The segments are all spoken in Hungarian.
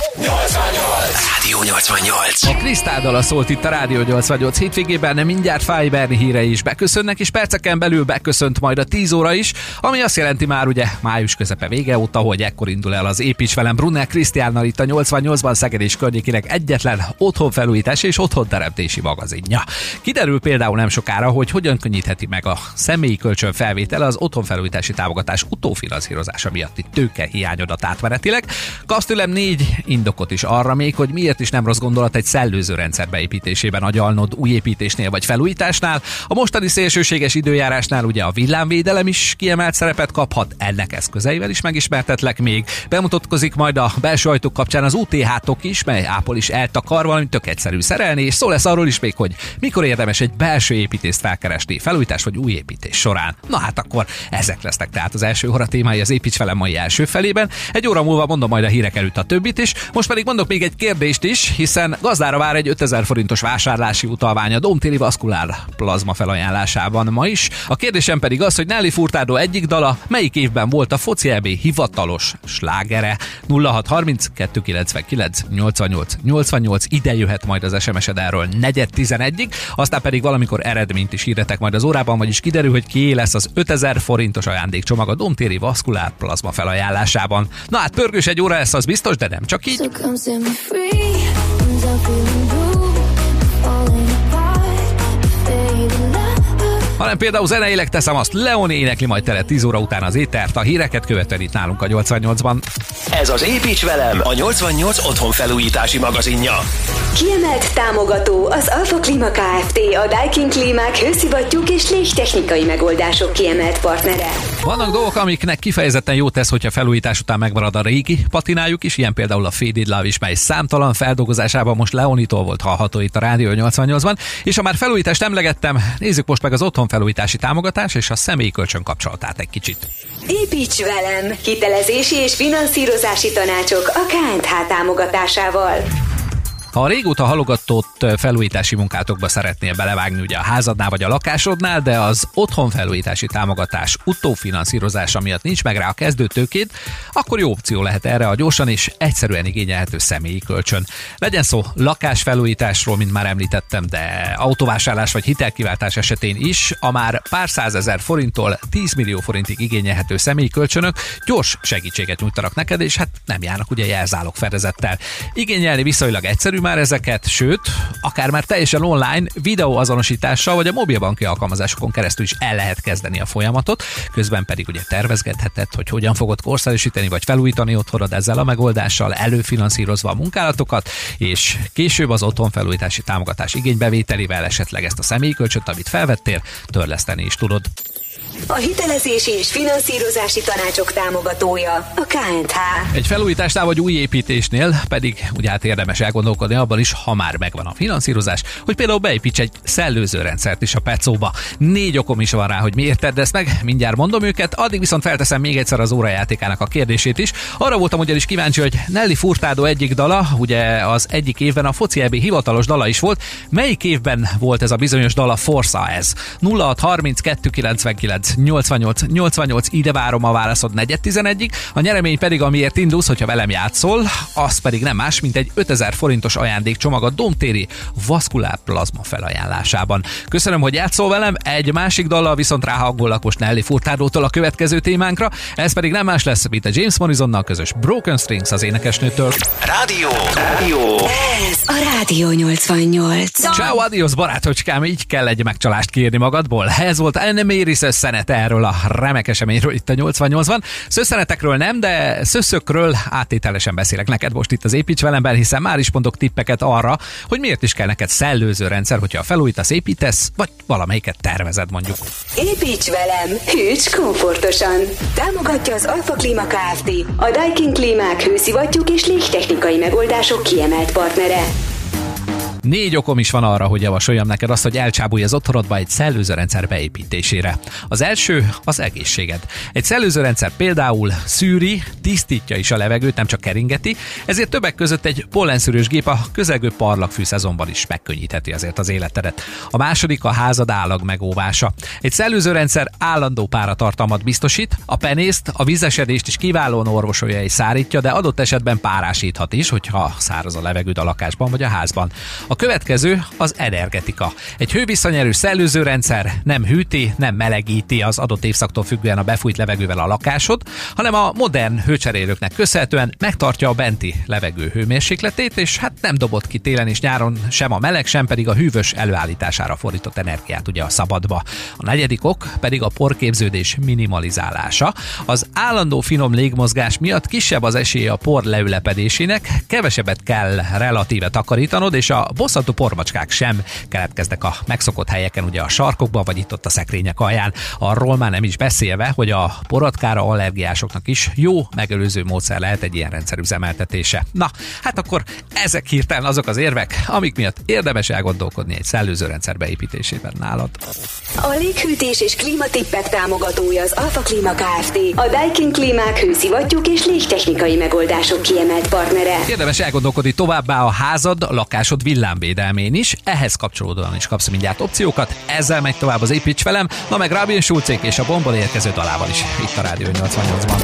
Rádió 88. A Krisztáldala szólt itt a Rádió 88 hétvégében, nem mindjárt Fájberni hírei is beköszönnek, és perceken belül beköszönt majd a 10 óra is, ami azt jelenti már ugye május közepe vége óta, hogy ekkor indul el az Építs velem Brunner Krisztiánnal itt a 88-ban Szeged és környékének egyetlen otthonfelújítási és otthonteremtési magazinja. Kiderül például nem sokára, hogy hogyan könnyítheti meg a személyi kölcsön felvétele az otthonfelújítási támogatás utófinanszírozása miatti tőkehiányodat átmenetileg. Kapsz tőlem 4 indokot is arra még, hogy miért is nem rossz gondolat egy szellőző rendszer beépítésében agyalnod új építésnél vagy felújításnál. A mostani szélsőséges időjárásnál ugye a villámvédelem is kiemelt szerepet kaphat, ennek eszközeivel is megismertetlek még. Bemutatkozik majd a belső ajtók kapcsán az UTH-tok is, mely ápol is eltakar, valami tök egyszerű szerelni, és szó lesz arról is még, hogy mikor érdemes egy belső építést felkeresni felújítás vagy új építés során. Na hát akkor ezek lesznek tehát az első óra témái az Építs velem mai első felében. Egy óra múlva mondom majd a hírek előtt a többit is. Most pedig mondok még egy kérdést is, hiszen gazdára vár egy 5000 forintos vásárlási utalvány a Domtéri Vaszkulár Plazma felajánlásában ma is. A kérdésem pedig az, hogy Nelly Furtado egyik dala melyik évben volt a foci EB hivatalos slágere. 0630 299 88 88, ide jöhet majd az SMS-ed erről 4:11-ig, aztán pedig valamikor eredményt is hirdetek majd az órában, vagyis kiderül, hogy kié lesz az 5000 forintos ajándékcsomag a Domtéri Vaszkulár Plazma felajánlásában. Na hát pörgős egy óra lesz, az biztos, de nem csak így. Hanem például zeneileg teszem azt, Leoni énekli majd tele 10 óra után az étert, a híreket követően itt nálunk a 88-ban. Ez az Építs velem, a 88 otthonfelújítási magazinja. Kiemelt támogató az Alfa Klima Kft. A Daikin Klímák hőszivattyúk és légtechnikai megoldások kiemelt partnere. Vannak dolgok, amiknek kifejezetten jó tesz, hogyha felújítás után megmarad a régi patinájuk is, ilyen például a Faded Love is, mely számtalan feldolgozásában most Leonitól volt hallható itt a Rádió 88-ban, és ha már felújítást emlegettem, nézzük most meg az otthonfelújítási támogatás és a személyi kölcsön kapcsolatát egy kicsit. Építs velem! Hitelezési és finanszírozási tanácsok a KNH támogatásával. Ha a régóta halogatott felújítási munkátokba szeretnél belevágni ugye a házadnál vagy a lakásodnál, de az otthonfelújítási támogatás utófinanszírozása miatt nincs meg rá a kezdőtőkéd, akkor jó opció lehet erre a gyorsan és egyszerűen igényelhető személyi kölcsön. Legyen szó lakásfelújításról, mint már említettem, de autóvásárlás vagy hitelkiváltás esetén is a már pár százezer forinttól 10 millió forintig igényelhető személyi kölcsönök gyors segítséget nyújtanak neked, és hát nem járnak ugye jelzálog fedezettel. Igényelni viszonylag egyszerű már ezeket, sőt, akár már teljesen online videóazonosítással vagy a mobilbanki alkalmazásokon keresztül is el lehet kezdeni a folyamatot, közben pedig ugye tervezgetheted, hogy hogyan fogod korszerűsíteni vagy felújítani otthonod ezzel a megoldással, előfinanszírozva a munkálatokat, és később az otthonfelújítási támogatás igénybevételével esetleg ezt a személyi kölcsönt, amit felvettél, törleszteni is tudod. A hitelezési és finanszírozási tanácsok támogatója a KNH. Egy felújításnál vagy új építésnél pedig ugye hát érdemes elgondolkodni abban is, ha már megvan a finanszírozás, hogy például beépíts egy szellőzőrendszert is a Pecóba. 4 okom is van rá, hogy miért tedd ezt meg, mindjárt mondom őket, addig viszont felteszem még egyszer az órajátékának a kérdését is. Arra voltam ugyanis kíváncsi, hogy Nelly Furtado egyik dala, ugye az egyik évben a foci EB hivatalos dala is volt. Melyik évben volt ez a bizonyos dala, Forza ez? 0630 299 88, ide várom a válaszod 4:11-ig, a nyeremény pedig, amiért indulsz, hogyha velem játszol, az pedig nem más, mint egy 5000 forintos ajándékcsomag a Domtéri Vaszkulár Plazma felajánlásában. Köszönöm, hogy játszol velem, egy másik dallal viszont ráhangolok most Nelly Furtadótól a következő témánkra, ez pedig nem más lesz, mint a James Morrisonnal közös Broken Strings az énekesnőtől. Rádió! Ez a Rádió 88. Ciao, adios, barátocskám, így kell egy megcsalást kiírni magadból. Ez volt Anne Mary's összenet erről a remek eseményről itt a 88-ban. Szösszenetekről nem, de szösszökről áttételesen beszélek neked most itt az Építs velemben, hiszen már is mondok tippeket arra, hogy miért is kell neked szellőző rendszer, hogyha felújítasz, építesz, vagy valamelyiket tervezed mondjuk. Építs velem, hűts komfortosan! Támogatja az Alfa Klima Kft. A Daikin Klímák hőszivattyúk és légtechnikai megoldások kiemelt partnere. 4 okom is van arra, hogy javasoljam neked azt, hogy elcsábulj az otthonodba egy szellőzőrendszer beépítésére. Az első az egészséged. Egy szellőzőrendszer például szűri, tisztítja is a levegőt, nem csak keringeti, ezért többek között egy pollenszűrős gép a közelgő parlagfű szezonban is megkönnyítheti azért az életedet. A második a házad állag megóvása. Egy szellőzőrendszer állandó páratartalmat biztosít, a penészt, a vízesedést is kiválóan orvosolja és szárítja, de adott esetben párásíthat is, hogyha száraz a levegőd a lakásban vagy a házban. A következő az energetika. Egy hővisszanyerő szellőzőrendszer nem hűti, nem melegíti az adott évszaktól függően a befújt levegővel a lakásod, hanem a modern hőcserélőknek köszönhetően megtartja a benti levegő hőmérsékletét, és hát nem dobott ki télen és nyáron sem a meleg, sem pedig a hűvös előállítására fordított energiát ugye a szabadba. A negyedik ok pedig a porképződés minimalizálása. Az állandó finom légmozgás miatt kisebb az esélye a por leülepedésének, kevesebbet kell relatíve takarítanod, és a bosszantó pormacskák sem keletkeznek a megszokott helyeken, ugye a sarkokban, vagy itt-ott a szekrények alján. Arról már nem is beszélve, hogy a poratkára allergiásoknak is jó megelőző módszer lehet egy ilyen rendszer üzemeltetése. Na, hát akkor ezek hirtelen azok az érvek, amik miatt érdemes elgondolkodni egy szellőzőrendszer beépítésében nálad. A léghűtés és klímatippek támogatója az Alfa Klima Kft. A Daikin klímák, hőszivattyúk és légtechnikai megoldások kiemelt partnere. Érdemes elgondolkodni továbbá a házad, a lakásod villámvédelmén is, ehhez kapcsolódóan is kapsz mindjárt opciókat, ezzel megy tovább az Építs velem, na meg Robin Schulzék és a Bomból érkező dalával is itt a Rádió 88-ban.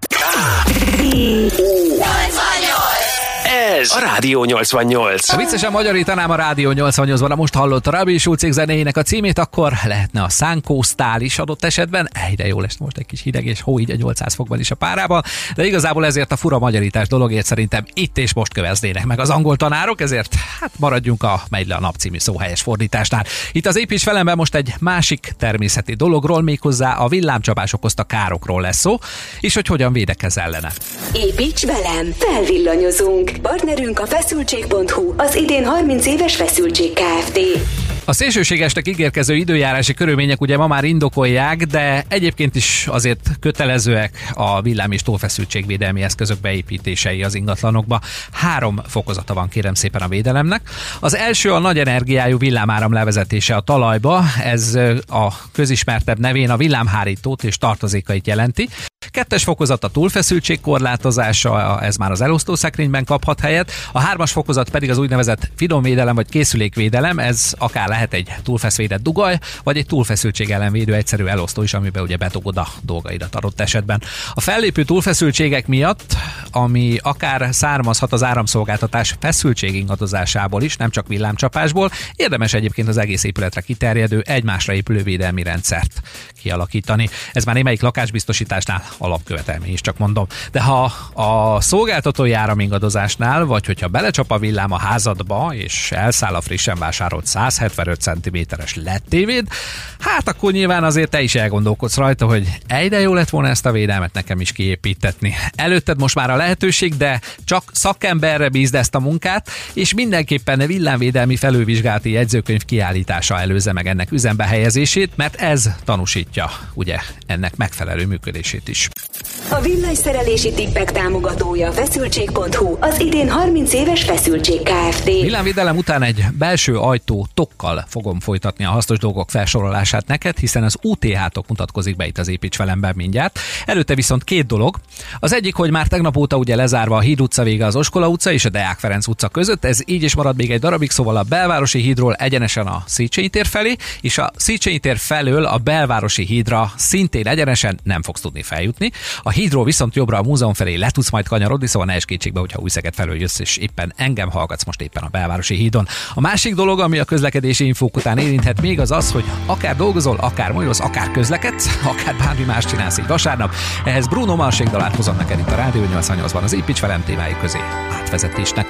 Ez a Rádió 88. Ha viccesen magyarítanám a Rádió 88-ban, a most hallott a Robin Schulzék zenéjének a címét, akkor lehetne a szánkósztál is adott esetben. De jó lesz most egy kis hideg és hó így a 800 fokban is a párában, de igazából ezért a fura magyarítás dologért szerintem itt és most köveznének meg az angol tanárok, ezért hát maradjunk a Megy le a nap című szó helyes fordításnál. Itt az Építs velemben most egy másik természeti dologról, méghozzá a villámcsapás okozta károkról lesz szó, és hogy hogyan védekez ellene. Építs velem, felvillanyozunk. Partnerünk a feszültség.hu, az idén 30 éves Feszültség Kft. A szélsőségesnek ígérkező időjárási körülmények ugye ma már indokolják, de egyébként is azért kötelezőek a villám- és tófeszültségvédelmi eszközök beépítései az ingatlanokba. 3 fokozata van kérem szépen a védelemnek. Az első a nagy energiájú villámáram levezetése a talajba, ez a közismertebb nevén a villámhárítót és tartozékait jelenti. 2. fokozat a túlfeszültség korlátozása, ez már az elosztószekrényben kaphat helyet. A 3. fokozat pedig az úgynevezett finomvédelem vagy készülékvédelem, ez akár lehet egy túlfeszvédett dugaj, vagy egy túlfeszültség ellen védő egyszerű elosztó is, amiben ugye betogod a dolgaidat adott esetben. A fellépő túlfeszültségek miatt, ami akár származhat az áramszolgáltatás feszültségingadozásából is, nem csak villámcsapásból, érdemes egyébként az egész épületre kiterjedő, egymásra épülő védelmi rendszert kialakítani. Ez már némelyik lakásbiztosításnál alapkövetelmény is, csak mondom. De ha a szolgáltatói áramingadozásnál, vagy hogyha belecsap a villám a házadba, és elszáll a frissen vásárolt 175 cm-es LED tévéd, hát akkor nyilván azért te is elgondolkodsz rajta, hogy de jó lett volna ezt a védelmet nekem is kiépítetni. Előtted most már a lehetőség, de csak szakemberre bízd ezt a munkát, és mindenképpen a villámvédelmi felülvizsgálati jegyzőkönyv kiállítása előzze meg ennek üzembe helyezését, mert ez tanúsítja ugye ennek megfelelő működését is. A villanyszerelési tippek támogatója a feszültség.hu, az idén 30 éves Feszültség Kft. Villámvédelem után egy belső ajtó tokkal fogom folytatni a hasznos dolgok felsorolását neked, hiszen az UTH-tok mutatkozik be itt az Építs velemben mindjárt. Előtte viszont 2 dolog. Az egyik, hogy már tegnap óta ugye lezárva a Híd utca vége az Oskola utca és a Deák Ferenc utca között, ez így is marad még egy darabig, szóval a Belvárosi hídról egyenesen a Széchenyi tér felé, és a Széchenyi tér felől a Belvárosi hídra szintén egyenesen nem fogsz tudni feljutni. A hídról viszont jobbra a múzeum felé le tudsz majd kanyarodni, szóval ne esd kétségbe, hogyha Újszeged felől jössz, és éppen engem hallgatsz most éppen a Belvárosi hídon. A másik dolog, ami a közlekedési infók után érinthet még, az az, hogy akár dolgozol, akár molyolsz, akár közlekedsz, akár bármi más csinálsz így vasárnap. Ehhez Bruno Marsék dalát hozom neked itt a Rádió 88-ban az Építs velem témái közé átvezetésnek.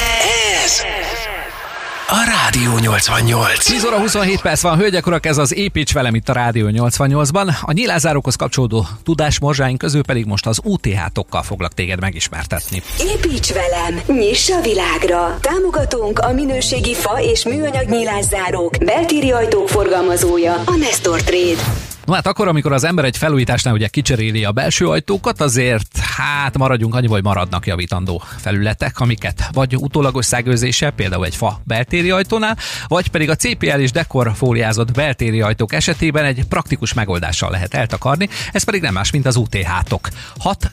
Ez a Rádió 88. 10 óra 27 perc van, hölgyek, urak, ez az Építs velem itt a Rádió 88-ban. A nyilázárókhoz kapcsolódó tudásmorzsáink közül pedig most az UTH-tokkal foglak téged megismertetni. Építs velem, nyiss a világra! Támogatónk a minőségi fa és műanyag nyilászárók, beltéri ajtók forgalmazója, a Nestor Trade. No hát akkor, amikor az ember egy felújításnál ugye kicseréli a belső ajtókat, azért maradjunk annyiba, hogy maradnak javítandó felületek, amiket vagy utólagos szegőzéssel, például egy fa beltéri ajtónál, vagy pedig a CPL és dekor fóliázott beltéri ajtók esetében egy praktikus megoldással lehet eltakarni, ez pedig nem más, mint az UT-hátok. 6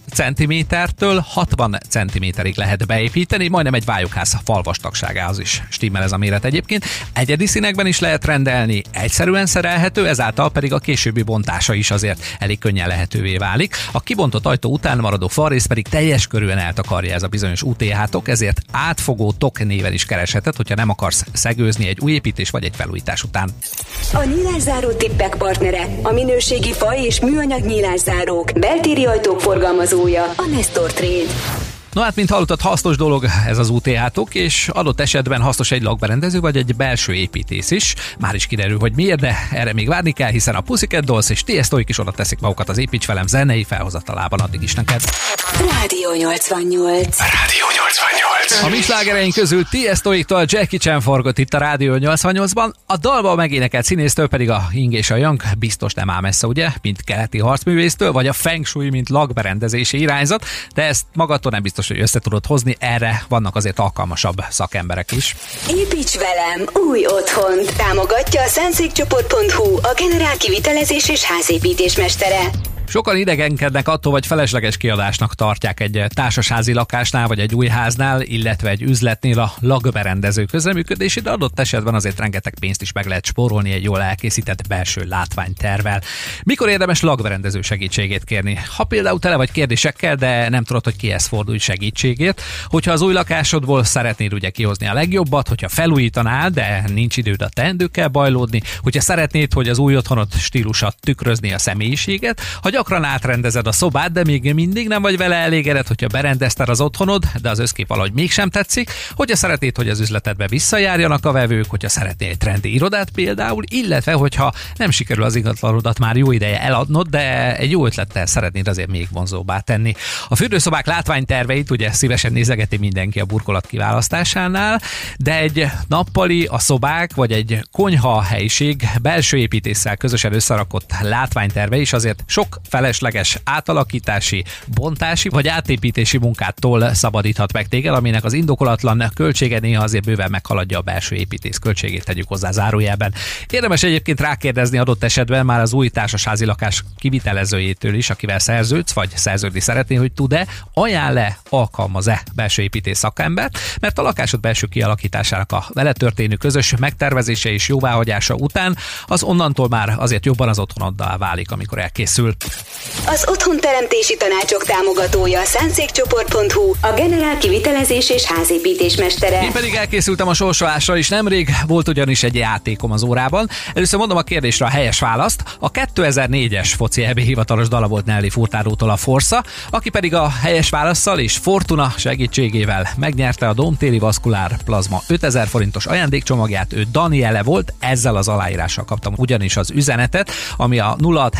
cm-től 60 cm-ig lehet beépíteni, majdnem egy vályogház falvastagságához is stimmel ez a méret egyébként. Egyedi színekben is lehet rendelni, egyszerűen szerelhető, ezáltal pedig a későbbi bontása is azért elég könnyen lehetővé válik. A kibontott ajtó után maradó falrész pedig teljes körűen eltakarja ez a bizonyos UT-hátok, ezért átfogó tok néven is keresheted, hogyha nem akarsz szegőzni egy új építés vagy egy felújítás után. A nyílászáró tippek partnere, a minőségi fa és műanyag nyílászárók, beltéri ajtók forgalmazója, a Nestor Trade. No hát, mint hallottad, hasznos dolog ez az UT-hátok, és adott esetben hasznos egy lakberendező vagy egy belső építész is. Már is kiderül, hogy miért, de erre még várni kell, hiszen a Pussycat Dolls és Tiestoik is oda teszik magukat az Építs velem zenei felhozatalában, addig is neked. Rádió 88. Rádió 88. A mi slágereink közül Tiestoiktól Jackie Chan forgott itt a Rádió 88-ban, a dalban megénekelt színésztől pedig a Ying és a Yang biztos nem áll messze, ugye, mint keleti harcművésztől, vagy a Feng Shui, mint lakberendezési irányzat, de ezt magadtól nem biztos, hogy össze tudod hozni, erre vannak azért alkalmasabb szakemberek is. Építs velem új otthont! Támogatja a Szenszékcsoport.hu, a generál kivitelezés és házépítés mestere. Sokan idegenkednek attól, vagy felesleges kiadásnak tartják egy társasházi lakásnál, vagy egy új háznál, illetve egy üzletnél a lakberendező közreműködését, de adott esetben azért rengeteg pénzt is meg lehet spórolni egy jól elkészített belső látványtervvel. Mikor érdemes lakberendező segítségét kérni? Ha például tele vagy kérdésekkel, de nem tudod, hogy kihez fordulj segítségért, hogyha az új lakásodból szeretnéd ugye kihozni a legjobbat, hogyha felújítanál, de nincs időd a teendőkkel bajlódni, hogyha szeretnéd, hogy az új otthonod stílusat tükrözni a személyiséget, ha gyakran átrendezed a szobát, de még mindig nem vagy vele elégedett, hogyha berendezted az otthonod, de az összkép valahogy mégsem tetszik, hogyha szeretnéd, hogy az üzletedbe visszajárjanak a vevők, hogyha szeretnél egy trendi irodát például, illetve hogyha nem sikerül az ingatlanodat már jó ideje eladnod, de egy jó ötlettel szeretnéd azért még vonzóbbá tenni. A fürdőszobák látványterveit ugye szívesen nézegeti mindenki a burkolat kiválasztásánál, de egy nappali, a szobák vagy egy konyha helyiség belső építéssel közösen összerakott látványterve is azért sok felesleges átalakítási, bontási vagy átépítési munkától szabadíthat meg téged, aminek az indokolatlan költsége néha azért bőven meghaladja a belső építész költségét, tegyük hozzá zárójelben. Érdemes egyébként rákérdezni adott esetben már az új társasházi lakás kivitelezőjétől is, akivel szerződsz, vagy szerződni szeretnél, hogy tud-e, ajánl-e, alkalmaz-e belső építész szakembert, mert a lakásod belső kialakításának a vele történő közös megtervezése és jóváhagyása után az onnantól már azért jobban az otthonoddá válik, amikor elkészül. Az otthonteremtési tanácsok támogatója a Szenszékcsoport.hu, a generál kivitelezés és házépítés mestere. Én pedig elkészültem a sorsolásra is nemrég, volt ugyanis egy játékom az órában. Először mondom a kérdésre a helyes választ. A 2004-es foci EB hivatalos dala volt Nelly Furtadótól a Forza, aki pedig a helyes válasszal és Fortuna segítségével megnyerte a Domtéri Vaszkulár Plazma 5000 forintos ajándékcsomagját. Ő Daniele volt, ezzel az aláírással kaptam ugyanis az üzenetet, ami a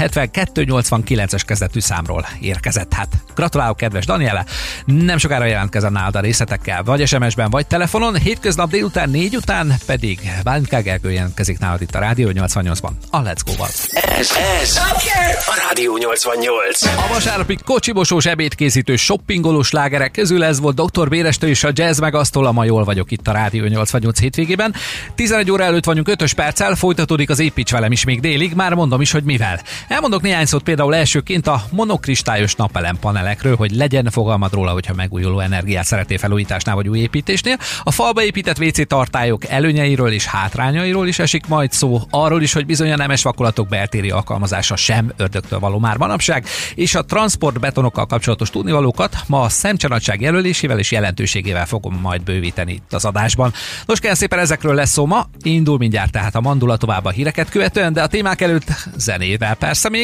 067289-es kezdetű számról érkezett. Hát gratulálok, kedves Daniele! Nem sokára jelentkezem nálad a részletekkel, vagy SMS-ben, vagy telefonon. Hétköznap délután 4 után pedig Bálint K. Gergő jelentkezik nálad itt a Rádió 88-ban a Let's Go-val. Ez a Rádió 88. A vasárnapi kocsibosós ebédkészítő shoppingolós slágerek közül ez volt Dr. Bérestől és a Jazz Megasztól, a Ma jól vagyok itt a Rádió 88 hétvégében. 11 óra előtt vagyunk 5 perccel, folytatódik az Építs velem is még délig, már mondom is, hogy mivel. Elmondok néhány szót például elsőként a monokristályos napelempanelekről, hogy legyen fogalmad róla, hogyha megújuló energiát szeretnél felújításnál vagy új építésnél. A falba épített WC tartályok előnyeiről és hátrányairól is esik majd szó, arról is, hogy bizony a nemes vakolatok beltéri alkalmazása sem ördögtől való már manapság, és a transportbetonokkal kapcsolatos tudnivalókat ma a szemcsenagyság jelölésével és jelentőségével fogom majd bővíteni itt az adásban. Nos, kérem szépen, ezekről lesz szó ma, indul mindjárt tehát a mandula tovább a híreket követően, de a témák előtt zenével persze még.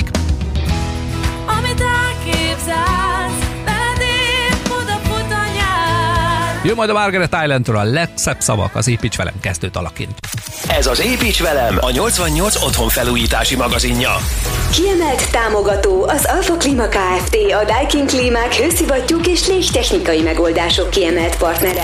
Amit elképzelsz, veled épp odafut a nyár. Jön majd a Margaret Islandtől a legszebb szavak az Építs velem kezdő dalaként. Ez az Építs velem, a 88 otthonfelújítási magazinja. Kiemelt támogató az Alfa Klima Kft., a Daikin Klímák hőszivattyúk és légtechnikai megoldások kiemelt partnere.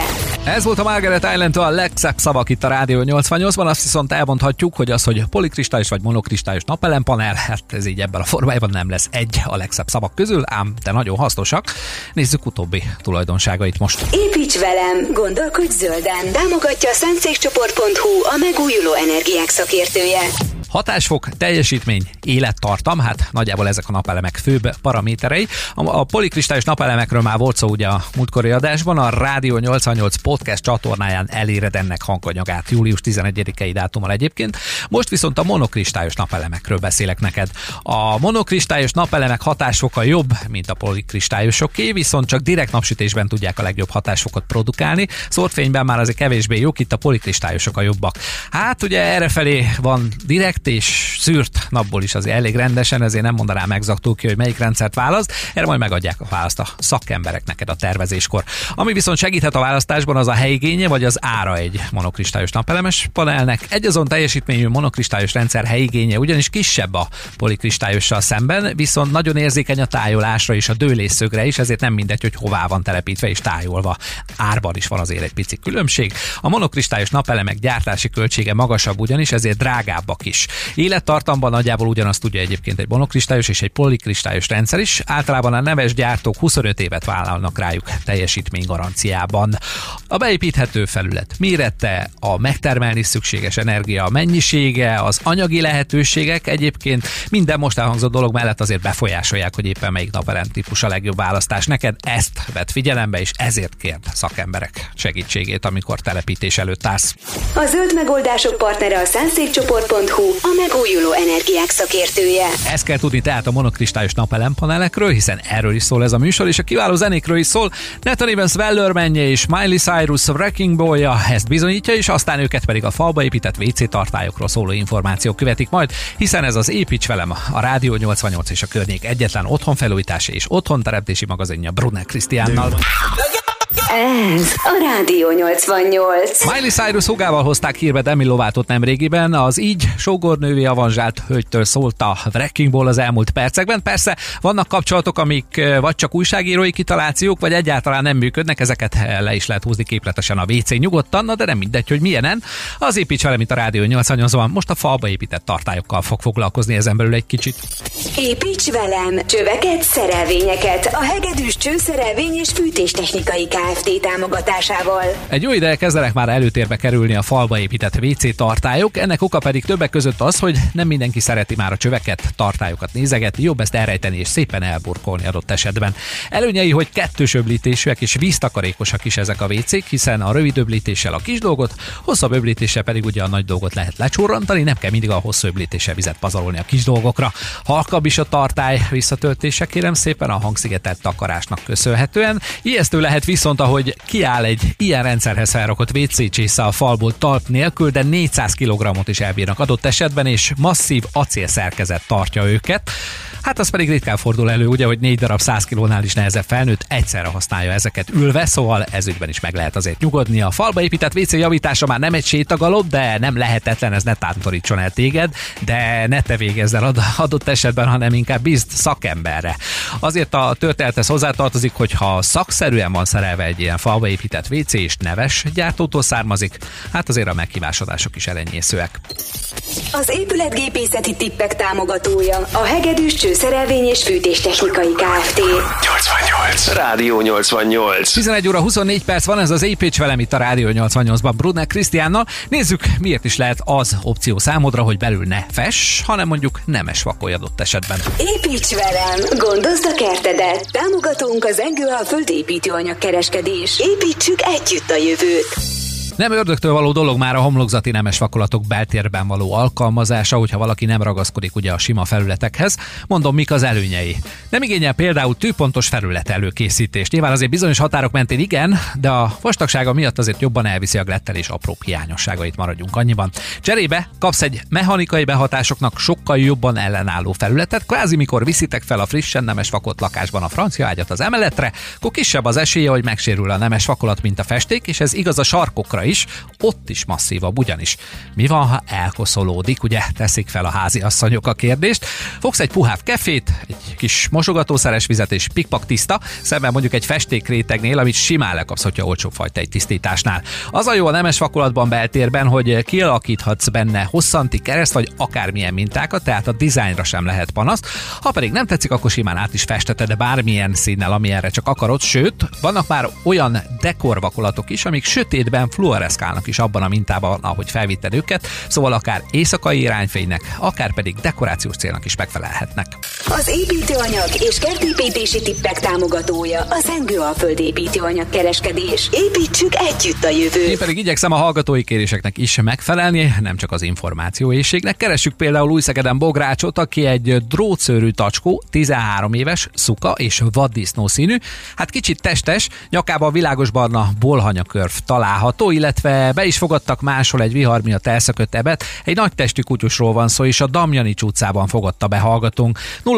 Ez volt a Margaret Island-től a legszebb szavak itt a Rádió 88-ban, azt viszont elmondhatjuk, hogy az, hogy polikristályos vagy monokristályos napelempanel, hát ez így ebben a formájában nem lesz egy a legszebb szavak közül, ám de nagyon hasznosak. Nézzük utóbbi tulajdonságait most. Építs velem, gondolkodj zölden. Támogatja a szemcégcsoport.hu, a megújuló energiák szakértője. Hatásfok, teljesítmény, élettartam, hát nagyjából ezek a napelemek főbb paraméterei. A polikristályos napelemekről már volt szó ugye a múltkori adásban, a Rádió 88 podcast csatornáján eléred ennek hanganyagát július 11-i dátummal egyébként. Most viszont a monokristályos napelemekről beszélek neked. A monokristályos napelemek hatásfoka jobb, mint a polikristályosoké, viszont csak direkt napsütésben tudják a legjobb hatásfokot produkálni. Szórtfényben már azért kevésbé jók, itt a polikristályosok a jobbak. Hát ugye errefelé van direkt és szűrt napból is azért elég rendesen, ezért nem mondanám exaktul ki, hogy melyik rendszert választ. Erre majd megadják a választ a szakemberek neked a tervezéskor. Ami viszont segíthet a választásban, az a helyigénye vagy az ára egy monokristályos napelemes panelnek. Egyazon teljesítményű monokristályos rendszer helyigénye ugyanis kisebb a polikristályossal szemben, viszont nagyon érzékeny a tájolásra és a dőlésszögre is, ezért nem mindegy, hogy hová van telepítve és tájolva. Árban is van azért egy pici különbség. A monokristályos napelemek gyártási költsége magasabb ugyanis, ezért drágábbak is. Élettartamban nagyjából ugyanazt tudja egyébként egy monokristályos és egy polikristályos rendszer is. Általában a neves gyártók 25 évet vállalnak rájuk teljesítménygaranciában. A beépíthető felület mérete, a megtermelni szükséges energia mennyisége, az anyagi lehetőségek egyébként minden most elhangzott dolog mellett azért befolyásolják, hogy éppen melyik napelem típus a legjobb választás. Neked ezt vedd figyelembe, és ezért kérd szakemberek segítségét, amikor telepítés előtt állsz. A zöld megoldások partnere a szemcégcsoport.hu, a megújuló energiák szakértője. Ezt kell tudni tehát a monokristályos napelempanelekről, hiszen erről is szól ez a műsor, és a kiváló zenékről is szól. Nathan Evans Wellermenje és Miley Cyrus Wrecking Ball-ja ezt bizonyítja, és aztán őket pedig a falba épített WC tartályokról szóló információk követik majd, hiszen ez az Építs velem, a Rádió 88 és a környék egyetlen otthonfelújítási és otthonteremtési magazinja Brunner Krisztiánnal. Ez a Rádió 88. Miley Cyrus húgával hozták hírbe Demi Lovatot nemrégiben, az így sógornővé avanzsált hölgytől szólt a Wrecking Ball az elmúlt percekben. Persze vannak kapcsolatok, amik vagy csak újságírói kitalációk, vagy egyáltalán nem működnek, ezeket le is lehet húzni képletesen a WC nyugodtan, de nem mindegy, hogy milyenen. Az Építs velem, mint a Rádió 88-ban most a falba épített tartályokkal fog foglalkozni ezen belül egy kicsit. Építs velem! Csöveket, szerelvényeket a Hegedűs Csőszerelvény és Fűtéstechnikai Kft. Támogatásával. Egy jó ideje kezdenek már előtérbe kerülni a falba épített WC tartályok, ennek oka pedig többek között az, hogy nem mindenki szereti már a csöveket, tartályokat nézegetni, jobb ezt elrejteni és szépen elburkolni adott esetben. Előnyei, hogy kettős öblítésűek és víztakarékosak is ezek a WC-k, hiszen a rövid öblítéssel a kis dolgot, hosszabb öblítéssel pedig ugye a nagy dolgot lehet lecsurrantani, nem kell mindig a hosszú öblítéssel vizet pazarolni a kis dolgokra. Halkabb is a tartály visszatöltése, kérem szépen, a hangszigetelt takarásnak köszönhetően. Ijesztő lehet viszont, ahogy kiáll egy ilyen rendszerhez felrakott WC csésze a falból talp nélkül, de 400 kg-ot is elbírnak adott esetben, és masszív acélszerkezet tartja őket. Hát az pedig ritkán fordul elő, ugye, hogy 4 darab 100 kilónál is nehezebb felnőtt egyszerre használja ezeket ülve, szóval ezügyben is meg lehet azért nyugodni. A falba épített WC javítása már nem egy sétagalop, de nem lehetetlen, ez ne tántorítson el téged, de ne te végezz el adott esetben, hanem inkább bízd szakemberre. Azért a történethez hozzátartozik, hogy ha szakszerűen van szerelve egy ilyen falba épített WC és neves gyártótól származik, hát azért a meghívásodások is elenyészőek. Az épületgépészeti tippek támogatója a Hegedűs Csőszerelvény és Fűtéstechnikai Kft. 88. Rádió 88. 11 óra 24 perc van, ez az Építs velem itt a Rádió 88-ban Brunner Krisztiánnal. Nézzük, miért is lehet az opció számodra, hogy belül ne fess, hanem mondjuk nemes vakolj adott esetben. Építs velem! Gondozd a kertedet! Támogatónk az Engőalföld építőanyagkereskedés. Építsük együtt a jövőt! Nem ördögtől való dolog már a homlokzati nemes vakolatok beltérben való alkalmazása, hogyha valaki nem ragaszkodik ugye a sima felületekhez. Mondom, mik az előnyei. Nem igényel például tűpontos felület előkészítést. Nyilván azért bizonyos határok mentén igen, de a vastagsága miatt azért jobban elviszi a glettel és apró hiányosságait, maradjunk annyiban. Cserébe kapsz egy mechanikai behatásoknak sokkal jobban ellenálló felületet, kvázi mikor viszitek fel a frissen nemes vakolt lakásban a francia ágyat az emeletre, akkor kisebb az esélye, hogy megsérül a nemes vakolat, mint a festék, és ez igaz a sarkokra továbbra is, ott is masszívabb ugyanis. Mi van, ha elkoszolódik, ugye teszik fel a háziasszonyok a kérdést. Fogsz egy puhább kefét, egy kis mosogatószeres vizet és pikpak tiszta, szemben mondjuk egy festékrétegnél, amit simán lekapsz, hogyha olcsóbb fajta egy tisztításnál. Az a jó a nemes vakolatban beltérben, hogy kialakíthatsz benne hosszanti, kereszt vagy akármilyen mintákat, tehát a dizájnra sem lehet panasz. Ha pedig nem tetszik, akkor simán át is festeted bármilyen színnel, amilyenre csak akarod, sőt, vannak már olyan dekorvakolatok is, amik sötétben fluoreszkálnak is abban a mintában, ahogy felvitted őket, szóval akár éjszakai irányfénynek, akár pedig dekorációs célnak is megfelelhetnek. Az építőanyag és kertépítési tippek támogatója a Zengő Alföld építőanyag kereskedés. Építsük együtt a jövőt. Én pedig igyekszem a hallgatói kéréseknek is megfelelni, nem csak az információéhségnek. Keressük például Újszegeden Bográcsot, aki egy drótszőrű tacskó, 13 éves, szuka és vaddisznó színű. Hát kicsit testes, nyakában világosbarna bolhanyakörv található, illetve be is fogadtak máshol egy vihar miatt elszökött ebet. Egy nagy testű kutyusról van szó, és a Damjanics utcában fogadta be hallgatónk.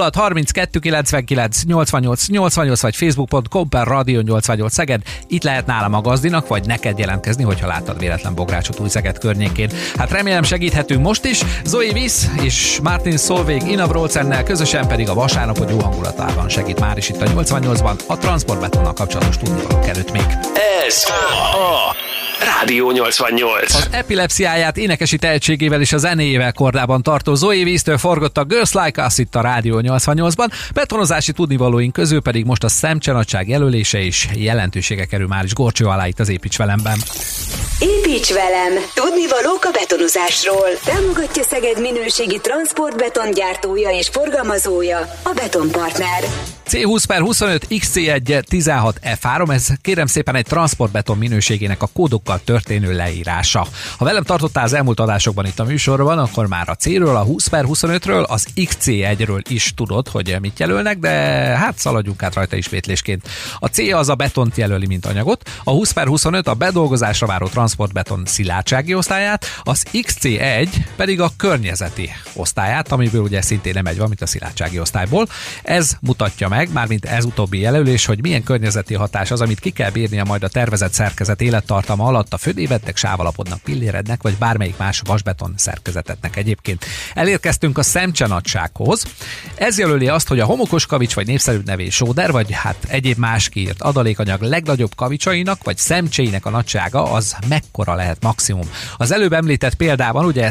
0632 99 88 88 vagy facebook.com/Radio 88 Szeged. Itt lehet nálam a gazdinak, vagy neked jelentkezni, hogyha láttad véletlen Bográcsot Újszeged környékén. Hát remélem segíthetünk most is. Zoe Wiss és Martin Solveig Ina Wroldsennel közösen pedig a vasárnapot jó hangulatában segít már is itt a 88-ban a transportbetonnal kapcsolatos tudnivalók előtt még. Ez a Rádió 88. Az epilepsziáját énekesi tehetségével és a zenéjével kordában tartó Zoe Wiss-től forgott a Girls Like Us itt a Rádió 88-ban, betonozási tudnivalóink közül pedig most a szemcsenagyság jelölése és jelentősége kerül már is górcső alá itt az Építs Velemben. Építs velem! Tudnivalók a betonozásról. Támogatja Szeged minőségi transportbetongyártója és forgalmazója, a Betonpartner. C20/25 XC1 16 F3, ez kérem szépen egy transportbeton minőségének a kódokkal történő leírása. Ha velem tartottál az elmúlt adásokban itt a műsorban, akkor már a C-ről, a 20/25-ről, az XC1-ről is tudod, hogy mit jelölnek, de hát szaladjunk át rajta ismétlésként. A C az a betont jelöli, mint anyagot, a 20/25 a bedolgozásra váró transportbeton szilárdsági osztályát, az XC1 pedig a környezeti osztályát, amiből ugye szintén nem egy van, mint a szilárdsági osztályból. Ez mutatja meg, mármint ez utóbbi jelölés, hogy milyen környezeti hatás az, amit ki kell bírnia majd a tervezett szerkezet élettartama alatt a födévetnek, sávalapodnak, pillérednek, vagy bármelyik más vasbeton szerkezetetnek egyébként. Elérkeztünk a szemcsenagysághoz. Ez jelöli azt, hogy a homokos kavics, vagy népszerűbb nevén sóder, vagy hát egyéb más kiírt adalékanyag legnagyobb kavicsainak, vagy szemcséinek a nagysága az mekkora lehet maximum. Az előbb említett példában ugye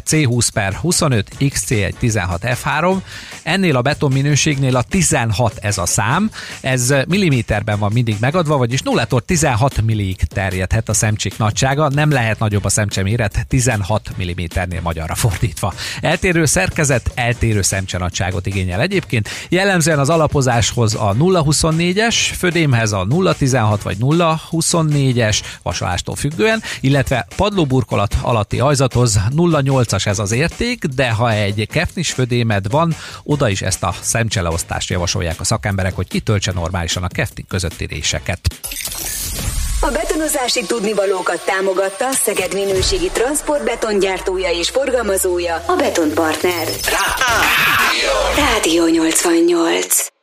C20/25 XC1 16 F3, ennél a betonminőségnél a 16 ez a szám, ez milliméterben van mindig megadva, vagyis 0-tól 16 millig terjedhet a szemcsék nagysága, nem lehet nagyobb a szemcse méret 16 mm-nél magyarra fordítva. Eltérő szerkezet, eltérő szemcse nagyságot igényel egyébként, jellemzően az alapozáshoz a 0,24-es, födémhez a 0,16 vagy 0,24-es vasalástól függően, illetve padlóburkolat alatti ajzathoz 0,8-as ez az érték, de ha egy kefnis födémed van, oda is ezt a szemcseleosztást javasolják a szakemberek, hogy kitöltse normálisan a keftik közötti réseket. A betonozási tudnivalókat támogatta Szeged minőségi transportbetongyártója és forgalmazója, a Betonpartner. Rádió 88.